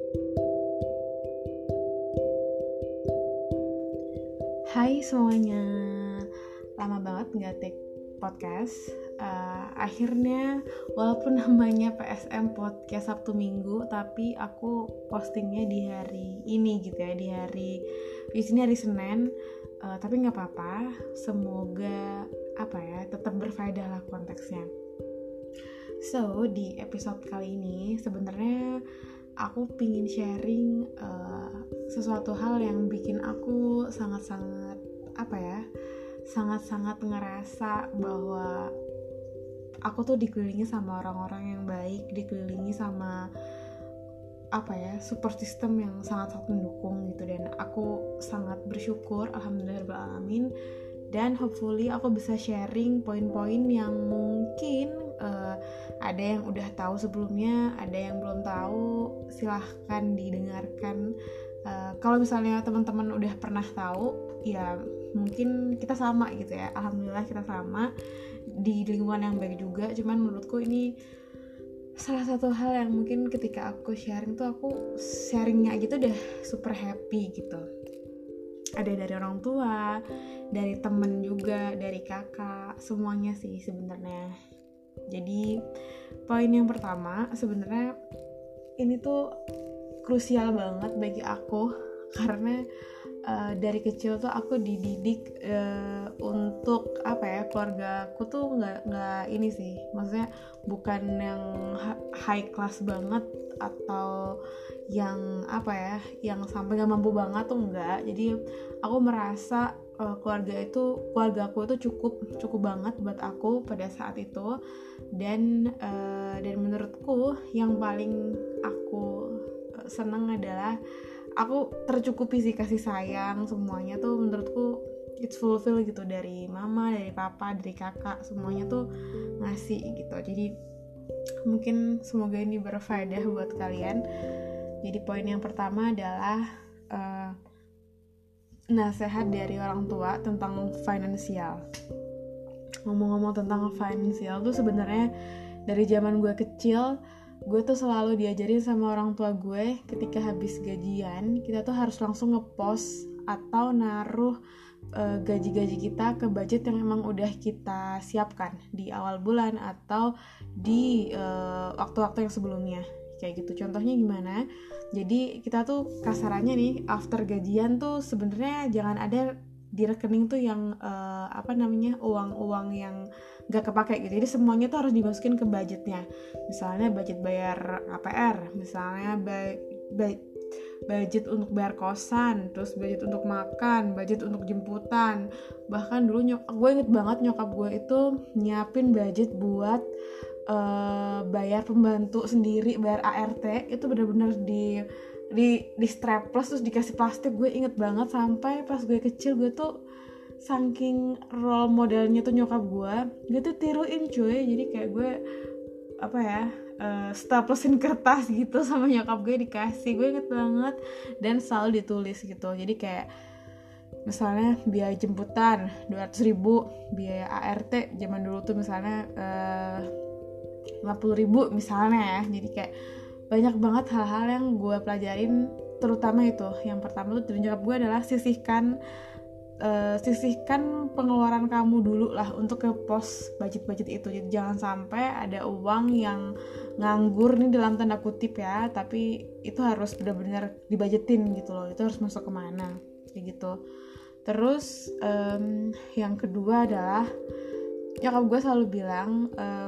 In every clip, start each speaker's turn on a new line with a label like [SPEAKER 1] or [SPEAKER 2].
[SPEAKER 1] Hai semuanya, lama banget nggak take podcast. Akhirnya walaupun namanya PSM Podcast Sabtu Minggu, tapi aku postingnya di hari ini gitu ya, di sini hari Senin. Tapi nggak apa-apa, semoga tetap berfaedah lah konteksnya. So di episode kali ini sebenarnya aku pingin sharing sesuatu hal yang bikin aku sangat-sangat ngerasa bahwa aku tuh dikelilingi sama orang-orang yang baik, dikelilingi sama support system yang sangat-sangat mendukung gitu, dan aku sangat bersyukur, alhamdulillahirobbilalamin. Dan hopefully aku bisa sharing poin-poin yang mungkin ada yang udah tahu sebelumnya, ada yang belum tahu, silahkan didengarkan. Kalau misalnya teman-teman udah pernah tahu, ya mungkin kita sama gitu ya, alhamdulillah kita sama di lingkungan yang baik juga. Cuman menurutku ini salah satu hal yang mungkin ketika aku sharing tuh, aku sharingnya gitu udah super happy gitu. Ada dari orang tua, dari temen juga, dari kakak, semuanya sih sebenarnya. Jadi poin yang pertama sebenarnya ini tuh krusial banget bagi aku, karena dari kecil tuh aku dididik untuk keluarga aku tuh nggak ini sih, maksudnya bukan yang high class banget atau yang yang sampai nggak mampu banget tuh enggak. Jadi aku merasa keluarga aku itu cukup banget buat aku pada saat itu. Dan menurutku yang paling aku seneng adalah aku tercukupi sih kasih sayang, semuanya tuh menurutku it's fulfill gitu, dari mama, dari papa, dari kakak, semuanya tuh ngasih gitu. Jadi mungkin semoga ini berfaedah buat kalian. Jadi poin yang pertama adalah nasihat dari orang tua tentang finansial. Ngomong-ngomong tentang finansial tuh sebenarnya dari zaman gue kecil, gue tuh selalu diajarin sama orang tua gue, ketika habis gajian kita tuh harus langsung ngepost atau naruh gaji-gaji kita ke budget yang emang udah kita siapkan di awal bulan atau di waktu-waktu yang sebelumnya, kayak gitu. Contohnya gimana? Jadi kita tuh kasarannya nih, after gajian tuh sebenarnya jangan ada di rekening tuh yang uang-uang yang gak kepake gitu. Jadi semuanya tuh harus dimasukin ke budgetnya. Misalnya budget bayar KPR, misalnya budget untuk bayar kosan, terus budget untuk makan, budget untuk jemputan. Bahkan dulu gue inget banget nyokap gue itu nyiapin budget buat bayar pembantu sendiri, bayar ART. Itu benar-benar di strapless terus dikasih plastik. Gue inget banget sampai pas gue kecil, gue tuh saking role modelnya tuh nyokap gue tuh tiruin cuy. Jadi kayak gue staplesin kertas gitu sama nyokap gue dikasih. Gue inget banget, dan selalu ditulis gitu. Jadi kayak misalnya biaya jemputan 200.000, biaya ART zaman dulu tuh misalnya 50.000 misalnya ya. Jadi kayak banyak banget hal-hal yang gue pelajarin, terutama itu yang pertama tuh dari nyokap gue adalah sisihkan pengeluaran kamu dulu lah untuk ke pos budget itu. Jadi jangan sampai ada uang yang nganggur nih dalam tanda kutip ya, tapi itu harus benar-benar dibudgetin gitu loh, itu harus masuk kemana kayak gitu. Terus yang kedua adalah nyokap gue selalu bilang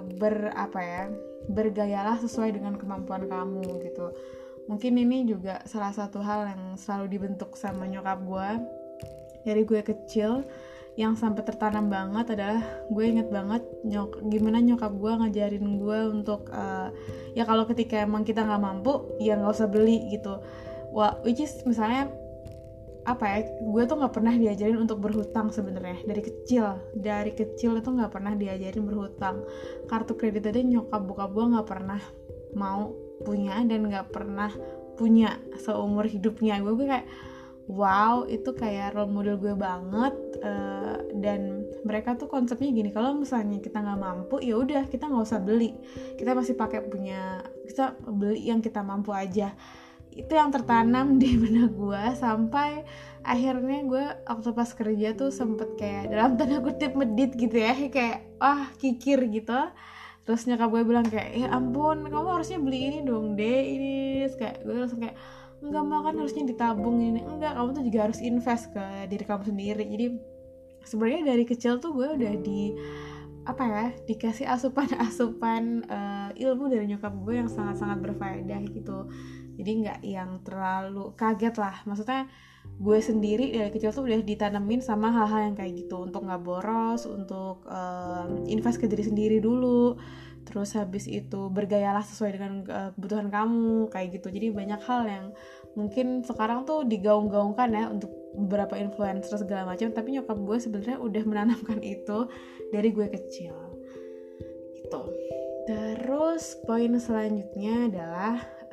[SPEAKER 1] bergayalah sesuai dengan kemampuan kamu gitu. Mungkin ini juga salah satu hal yang selalu dibentuk sama nyokap gue dari gue kecil, yang sampai tertanam banget adalah, gue inget banget gimana nyokap gue ngajarin gue untuk ya kalau ketika emang kita nggak mampu ya nggak usah beli gitu. Which is misalnya gue tuh nggak pernah diajarin untuk berhutang sebenarnya dari kecil itu nggak pernah diajarin berhutang. Kartu kredit aja nyokap bokap gue nggak pernah mau punya dan nggak pernah punya seumur hidupnya. Gue kayak wow, itu kayak role model gue banget. Dan mereka tuh konsepnya gini, kalau misalnya kita nggak mampu ya udah kita nggak usah beli, kita masih kita beli yang kita mampu aja. itu yang tertanam di benak gue sampai akhirnya gue waktu pas kerja tuh sempet kayak dalam tanda kutip medit gitu ya, kayak kikir gitu. Terus nyokap gue bilang kayak, ya ampun kamu harusnya beli ini dong deh, ini. Terus kayak gue langsung kayak, enggak, makan harusnya ditabung ini. Enggak, kamu tuh juga harus invest ke diri kamu sendiri. Jadi sebenarnya dari kecil tuh gue udah dikasih asupan ilmu dari nyokap gue yang sangat-sangat berfaedah gitu. Jadi nggak yang terlalu kaget lah, maksudnya gue sendiri dari kecil tuh udah ditanemin sama hal-hal yang kayak gitu, untuk nggak boros, untuk invest ke diri sendiri dulu, terus habis itu bergayalah sesuai dengan kebutuhan kamu kayak gitu. Jadi banyak hal yang mungkin sekarang tuh digaung-gaungkan ya untuk beberapa influencer segala macam, tapi nyokap gue sebenarnya udah menanamkan itu dari gue kecil gitu. Terus poin selanjutnya adalah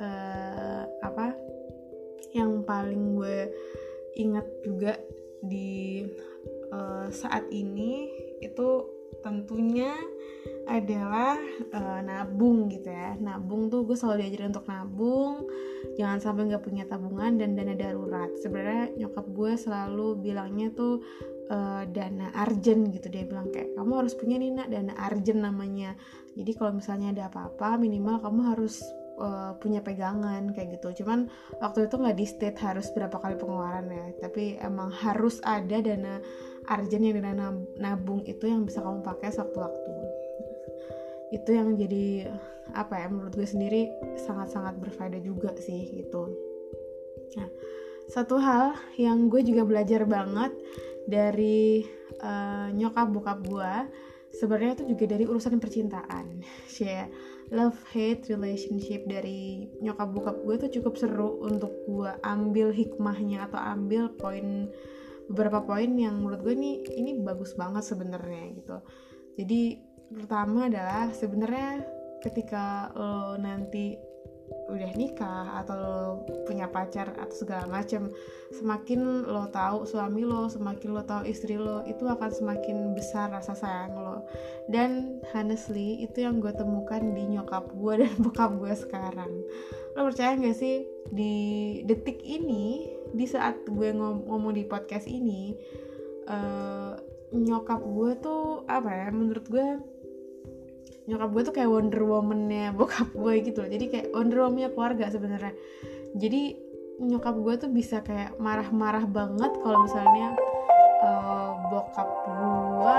[SPEAKER 1] yang paling gue ingat juga di saat ini itu tentunya adalah nabung gitu ya. Nabung tuh gue selalu diajarin untuk nabung, jangan sampai nggak punya tabungan dan dana darurat. Sebenarnya nyokap gue selalu bilangnya tuh dana arjen gitu. Dia bilang kayak, kamu harus punya nih nak, dana arjen namanya. Jadi kalau misalnya ada apa-apa minimal kamu harus punya pegangan kayak gitu. Cuman waktu itu nggak di state harus berapa kali pengeluaran ya, tapi emang harus ada dana arjen yang dana nabung itu yang bisa kamu pakai sewaktu-waktu. Itu yang jadi menurut gue sendiri sangat-sangat berfaedah juga sih gitu. Nah, satu hal yang gue juga belajar banget dari nyokap bokap gue sebenarnya itu juga dari urusan percintaan. Love hate relationship dari nyokap bokap gue tuh cukup seru untuk gue ambil hikmahnya atau ambil beberapa poin yang menurut gue ini bagus banget sebenarnya gitu. Jadi pertama adalah sebenarnya ketika lo nanti udah nikah atau lo punya pacar atau segala macam, semakin lo tahu suami lo, semakin lo tahu istri lo, itu akan semakin besar rasa sayang lo. Dan honestly itu yang gue temukan di nyokap gue dan bokap gue sekarang. Lo percaya gak sih, di detik ini, di saat gue ngomong di podcast ini, nyokap gue tuh menurut gue nyokap gue tuh kayak Wonder Woman-nya bokap gue gitu loh. Jadi kayak Wonder Woman-nya keluarga sebenarnya. Jadi nyokap gue tuh bisa kayak marah-marah banget kalau misalnya bokap gue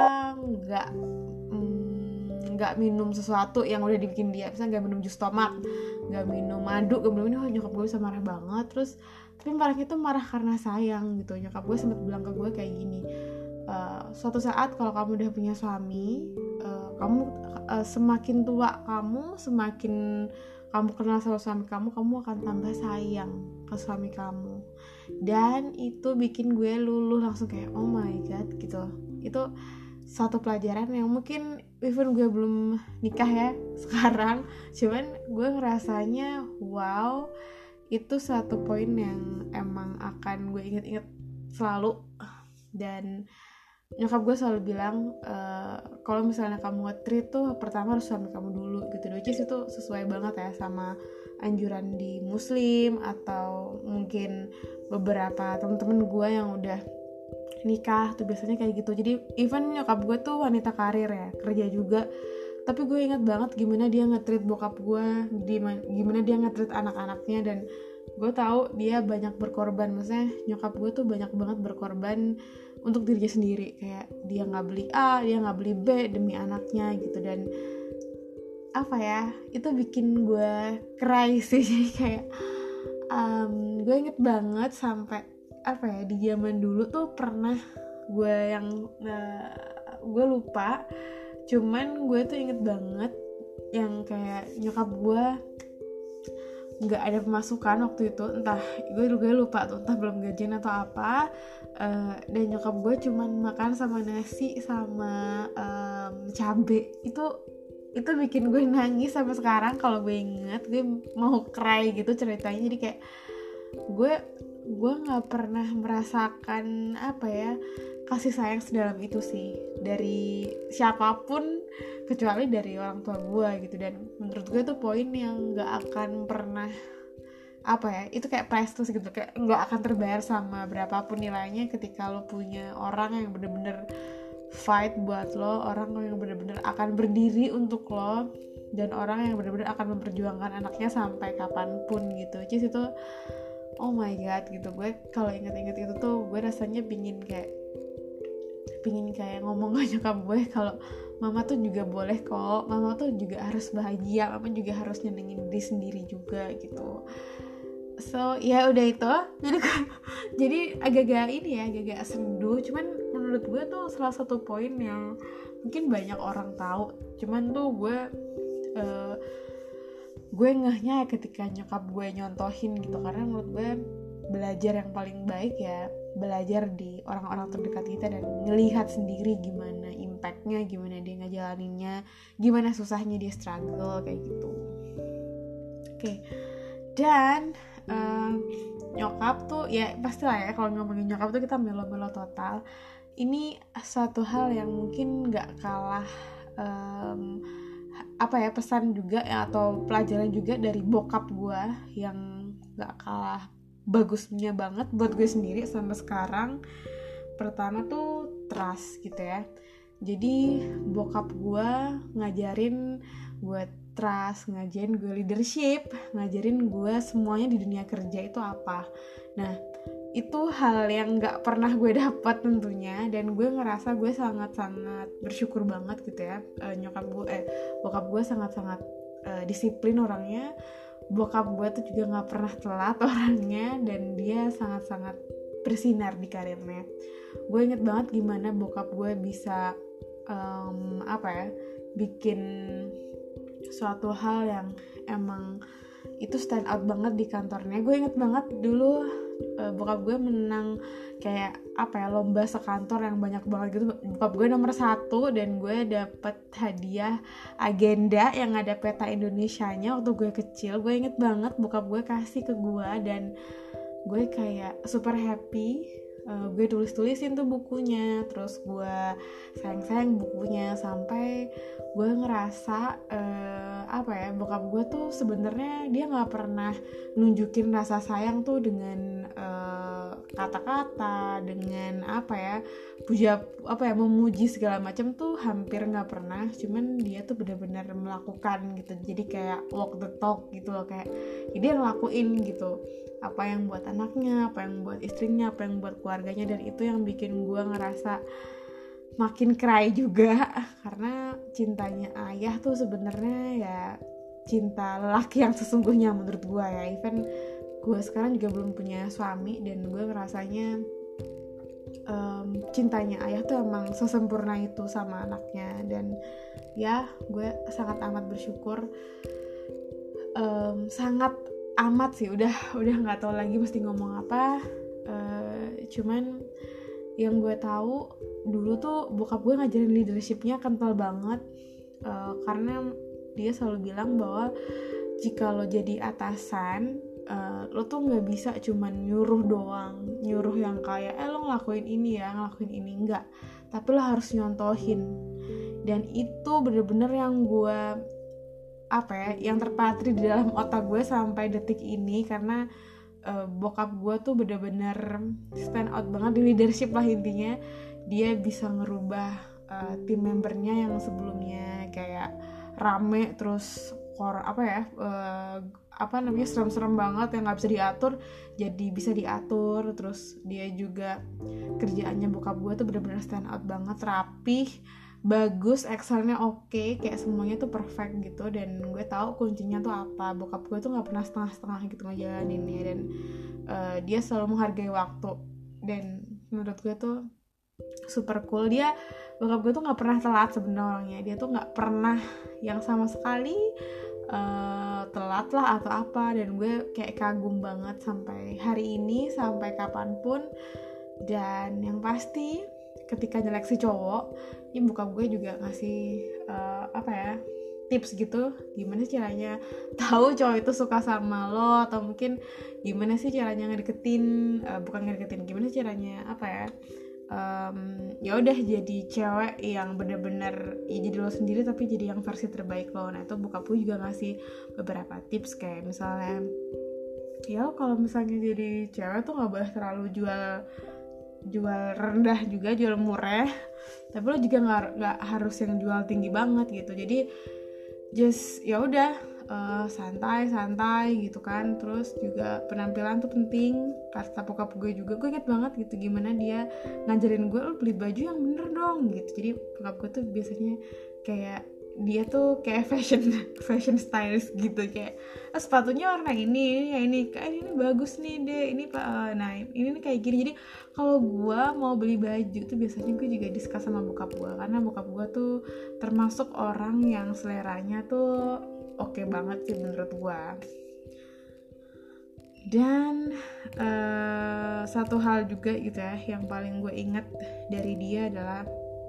[SPEAKER 1] nggak minum sesuatu yang udah dibikin dia, misalnya nggak minum jus tomat, nggak minum madu, nggak minum ini, nyokap gue bisa marah banget. Terus tapi marahnya tuh marah karena sayang gitu. Nyokap gue sempat bilang ke gue kayak gini, suatu saat kalau kamu udah punya suami, kamu semakin tua kamu, semakin kamu kenal sama suami kamu akan tambah sayang ke suami kamu. Dan itu bikin gue luluh langsung kayak oh my god gitu. Itu satu pelajaran yang mungkin even gue belum nikah ya sekarang, cuman gue ngerasanya wow, itu satu poin yang emang akan gue inget-inget selalu. Dan nyokap gue selalu bilang kalau misalnya kamu nge-treat tuh pertama harus suami kamu dulu gitu. Which is itu sesuai banget ya sama anjuran di muslim atau mungkin beberapa temen-temen gue yang udah nikah tuh biasanya kayak gitu. Jadi even nyokap gue tuh wanita karir ya, kerja juga, tapi gue ingat banget gimana dia nge-treat bokap gue, gimana dia nge-treat anak-anaknya. Dan gue tahu dia banyak berkorban, maksudnya nyokap gue tuh banyak banget berkorban untuk dirinya sendiri, kayak dia nggak beli A, dia nggak beli B demi anaknya gitu. Dan itu bikin gue cry sih. Jadi kayak gue inget banget sampai di zaman dulu tuh pernah gue yang gue lupa, cuman gue tuh inget banget yang kayak nyokap gue nggak ada pemasukan waktu itu, entah gue lupa tuh, entah belum gajian atau apa, dan nyokap gue cuman makan sama nasi sama cabe. Itu bikin gue nangis sampai sekarang. Kalau gue inget gue mau cry gitu ceritanya. Jadi kayak gue nggak pernah merasakan kasih sayang sedalam itu sih dari siapapun kecuali dari orang tua gue gitu. Dan menurut gue itu poin yang nggak akan pernah apa ya, itu kayak priceless gitu, kayak nggak akan terbayar sama berapapun nilainya ketika lo punya orang yang bener-bener fight buat lo, orang yang bener-bener akan berdiri untuk lo, dan orang yang bener-bener akan memperjuangkan anaknya sampai kapanpun gitu. Jadi itu oh my god gitu, gue kalau inget-inget itu tuh gue rasanya pingin kayak ngomong ke nyokap gue kalau mama tuh juga boleh kok, mama tuh juga harus bahagia, mama juga harus nyenengin diri sendiri juga gitu. So ya udah itu, jadi agak-agak ini ya, agak-agak sendu, cuman menurut gue tuh salah satu poin yang mungkin banyak orang tahu, cuman tuh gue ngehnya ketika nyokap gue nyontohin gitu, karena menurut gue belajar yang paling baik ya belajar di orang-orang terdekat kita dan ngelihat sendiri gimana impactnya, gimana dia ngejalaninnya, gimana susahnya dia struggle kayak gitu. Oke. Dan nyokap tuh ya pastilah ya, kalau ngomongin nyokap tuh kita melo-melo total. Ini suatu hal yang mungkin gak kalah pesan juga ya, atau pelajaran juga dari bokap gue yang gak kalah bagusnya banget buat gue sendiri sampai sekarang. Pertama tuh trust gitu ya. Jadi bokap gue ngajarin gue trust, ngajarin gue leadership, ngajarin gue semuanya di dunia kerja itu apa. Nah itu hal yang gak pernah gue dapat tentunya, dan gue ngerasa gue sangat-sangat bersyukur banget gitu ya. Bokap gue sangat-sangat disiplin orangnya. Bokap gue tuh juga gak pernah telat orangnya, dan dia sangat-sangat bersinar di karirnya. Gue inget banget gimana bokap gue bisa bikin suatu hal yang emang itu stand out banget di kantornya. Gue inget banget dulu bokap gue menang kayak lomba sekantor yang banyak banget gitu. Bokap gue nomor 1 dan gue dapet hadiah agenda yang ada peta Indonesianya waktu gue kecil. Gue inget banget bokap gue kasih ke gue dan gue kayak super happy. Gue tulis-tulisin tuh bukunya, terus gue sayang-sayang bukunya, sampai gue ngerasa bokap gue tuh sebenarnya dia nggak pernah nunjukin rasa sayang tuh dengan kata-kata, dengan memuji segala macam tuh hampir nggak pernah. Cuman dia tuh benar-benar melakukan gitu, jadi kayak walk the talk gitu loh, kayak dia ngelakuin gitu apa yang buat anaknya, apa yang buat istrinya, apa yang buat keluarganya. Dan itu yang bikin gue ngerasa makin cry juga, karena cintanya ayah tuh sebenarnya ya cinta lelaki yang sesungguhnya menurut gue ya. Even gue sekarang juga belum punya suami, dan gue ngerasanya cintanya ayah tuh emang sesempurna itu sama anaknya. Dan ya gue sangat amat bersyukur, sangat amat sih, udah nggak tahu lagi mesti ngomong apa. Cuman yang gue tahu dulu tuh bokap gue ngajarin leadershipnya kental banget, karena dia selalu bilang bahwa jika lo jadi atasan, lo tuh nggak bisa cuman nyuruh yang kayak lo ngelakuin ini ya, ngelakuin ini, enggak, tapi lo harus nyontohin. Dan itu bener-bener yang gue yang terpatri di dalam otak gue sampai detik ini, karena bokap gue tuh bener-bener stand out banget di leadership lah intinya. Dia bisa ngerubah tim membernya yang sebelumnya kayak rame terus serem-serem banget yang nggak bisa diatur jadi bisa diatur. Terus dia juga kerjaannya bokap gue tuh bener-bener stand out banget, rapih, bagus, Excelnya oke, kayak semuanya tuh perfect gitu. Dan gue tahu kuncinya tuh apa. Bokap gue tuh nggak pernah setengah-setengah gitu ngejalaninnya, dan dia selalu menghargai waktu. Dan menurut gue tuh super cool. Bokap gue tuh nggak pernah telat sebenarnya. Dia tuh nggak pernah yang sama sekali telat lah atau apa. Dan gue kayak kagum banget sampai hari ini, sampai kapanpun. Dan yang pasti ketika nyeleksi cowok, ini bokap gue juga ngasih tips gitu, gimana sih caranya tahu cowok itu suka sama lo, atau mungkin gimana sih caranya gimana sih caranya ya udah jadi cewek yang bener-bener ya jadi lo sendiri tapi jadi yang versi terbaik lo. Nah itu bokap gue juga ngasih beberapa tips, kayak misalnya ya kalau misalnya jadi cewek tuh nggak boleh terlalu jual rendah juga, jual murah, tapi lo juga nggak harus yang jual tinggi banget gitu. Jadi just ya udah, santai gitu kan. Terus juga penampilan tuh penting, kata bokap gue juga. Gue inget banget gitu gimana dia ngajarin gue, lo beli baju yang bener dong gitu. Jadi bokap gue tuh biasanya kayak, dia tuh kayak fashion stylist gitu, kayak sepatunya warna ini, ya ini bagus nih deh, ini nah ini nih kayak gini. Jadi kalau gue mau beli baju tuh biasanya gue juga discuss sama bokap gue, karena bokap gue tuh termasuk orang yang seleranya tuh oke banget sih menurut gue. Dan satu hal juga gitu ya yang paling gue ingat dari dia adalah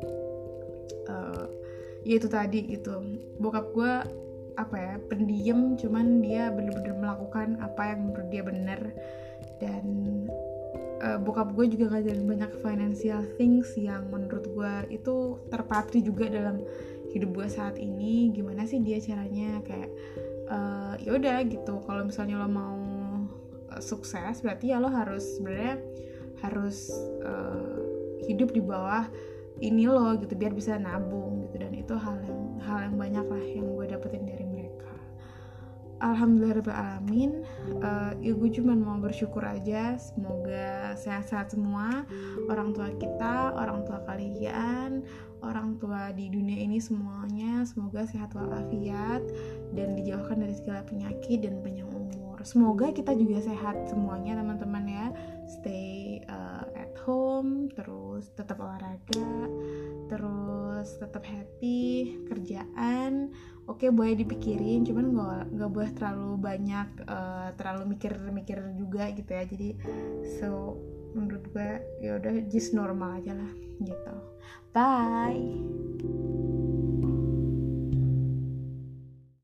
[SPEAKER 1] yaitu tadi gitu, bokap gue pendiam, cuman dia bener-bener melakukan apa yang menurut dia bener. Dan bokap gue juga ngajarin banyak financial things yang menurut gue itu terpatri juga dalam hidup gue saat ini. Gimana sih dia caranya kayak ya udah gitu, kalau misalnya lo mau sukses berarti ya lo harus sebenarnya harus hidup di bawah ini lo gitu, biar bisa nabung gitu. Dan itu hal yang banyak lah yang gue dapetin dari mereka. Alhamdulillahirrahmanirrahim. Ya gue cuma mau bersyukur aja, semoga sehat-sehat semua, orang tua kita, orang tua kalian, orang tua di dunia ini semuanya, semoga sehat walafiat dan dijauhkan dari segala penyakit dan panjang umur. Semoga kita juga sehat semuanya teman-teman ya, stay at home, terus tetap olahraga, terus tetap happy, kerjaan oke, boleh dipikirin, cuman nggak boleh terlalu banyak, terlalu mikir juga gitu ya. Jadi menurut gue ya udah just normal aja lah gitu. Bye.